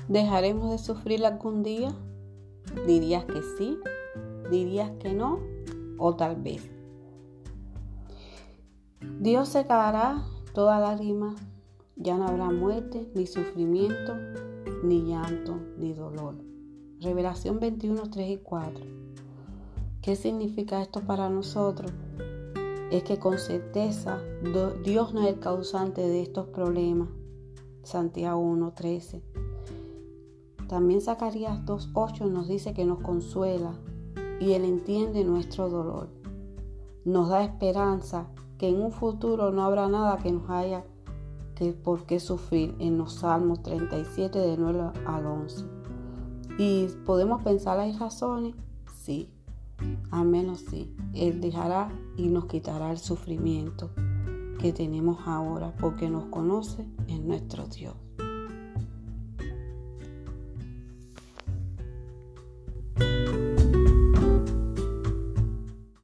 ¿Dejaremos de sufrir algún día? ¿Dirías que sí? ¿Dirías que no? ¿O tal vez? Dios secará toda lágrima, ya no habrá muerte, ni sufrimiento, ni llanto, ni dolor. Revelación 21, 3 y 4. ¿Qué significa esto para nosotros? Es que con certeza Dios no es el causante de estos problemas. Santiago 1, 13. También Zacarías 2, 8 nos dice que nos consuela y Él entiende nuestro dolor. Nos da esperanza que en un futuro no habrá nada que nos haya por qué sufrir, en los Salmos 37 de 9 al 11. ¿Y podemos pensar, hay razones? Sí, al menos sí. Él dejará y nos quitará el sufrimiento que tenemos ahora, porque nos conoce en nuestro Dios.